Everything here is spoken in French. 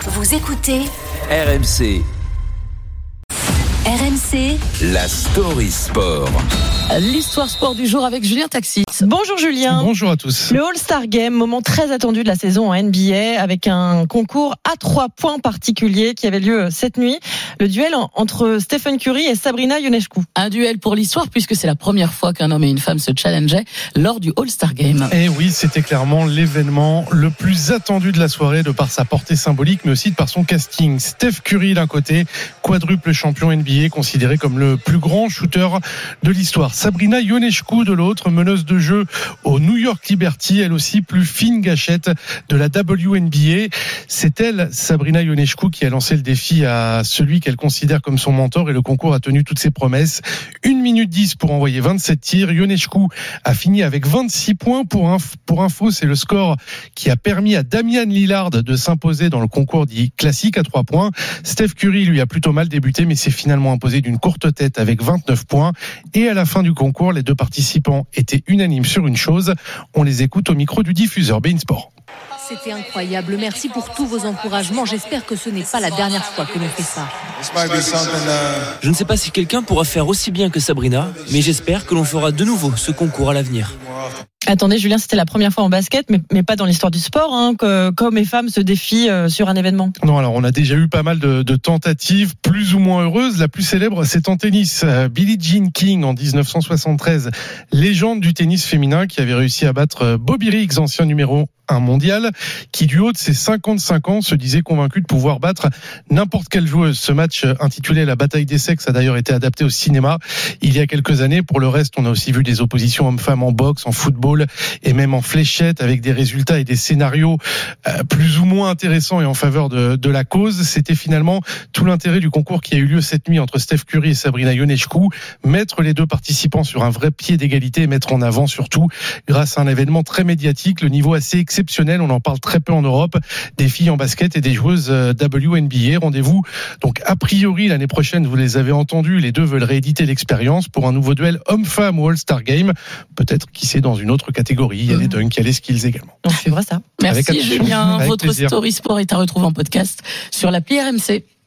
Vous écoutez RMC. RMC, La story sport. L'histoire sport du jour avec Julien Taxis. Bonjour Julien. Bonjour à tous. Le All-Star Game, moment très attendu de la saison en NBA avec un concours à 3 points particulier qui avait lieu cette nuit. Le duel entre Stephen Curry et Sabrina Ionescu. Un duel pour l'histoire puisque c'est la première fois qu'un homme et une femme se challengeaient lors du All-Star Game. Et oui, c'était clairement l'événement le plus attendu de la soirée de par sa portée symbolique mais aussi de par son casting. Steph Curry d'un côté, quadruple champion NBA, considéré comme le plus grand shooter de l'histoire. Sabrina Ionescu de l'autre, meneuse de jeu au New York Liberty, elle aussi plus fine gâchette de la WNBA. C'est elle, Sabrina Ionescu, qui a lancé le défi à celui qu'elle considère comme son mentor et le concours a tenu toutes ses promesses. 1 minute 10 pour envoyer 27 tirs. Ionescu a fini avec 26 points. Pour info, c'est le score qui a permis à Damian Lillard de s'imposer dans le concours dit classique à 3 points. Steph Curry lui a plutôt mal débuté mais s'est finalement imposé d'une courte tête avec 29 points. Et à la fin du concours, les deux participants étaient unanimes sur une chose. On les écoute au micro du diffuseur beIN Sport. C'était incroyable. Merci pour tous vos encouragements. J'espère que ce n'est pas la dernière fois que l'on fait ça. Je ne sais pas si quelqu'un pourra faire aussi bien que Sabrina, mais j'espère que l'on fera de nouveau ce concours à l'avenir. Attendez Julien, c'était la première fois en basket, mais pas dans l'histoire du sport, que qu'hommes et femmes se défient sur un événement. Non, alors on a déjà eu pas mal de tentatives plus ou moins heureuses. La plus célèbre, c'est en tennis. Billie Jean King en 1973, légende du tennis féminin qui avait réussi à battre Bobby Riggs, ancien numéro 1 mondial, qui du haut de ses 55 ans se disait convaincu de pouvoir battre n'importe quelle joueuse. Ce match intitulé La bataille des sexes a d'ailleurs été adapté au cinéma il y a quelques années. Pour le reste, on a aussi vu des oppositions hommes-femmes en boxe, en football et même en fléchette avec des résultats et des scénarios plus ou moins intéressants et en faveur de la cause. C'était finalement tout l'intérêt du concours qui a eu lieu cette nuit entre Steph Curry et Sabrina Ionescu. Mettre les deux participants sur un vrai pied d'égalité et mettre en avant surtout, grâce à un événement très médiatique, le niveau assez exceptionnel, on en parle très peu en Europe, des filles en basket et des joueuses WNBA. Rendez-vous donc a priori l'année prochaine, vous les avez entendus, les deux veulent rééditer l'expérience pour un nouveau duel homme-femme au All-Star Game, peut-être qui sait dans une autre catégorie, il y a les dunks, il y a les skills également. On suivra ça. Merci Julien, votre plaisir. story sport est à retrouver en podcast sur l'appli RMC.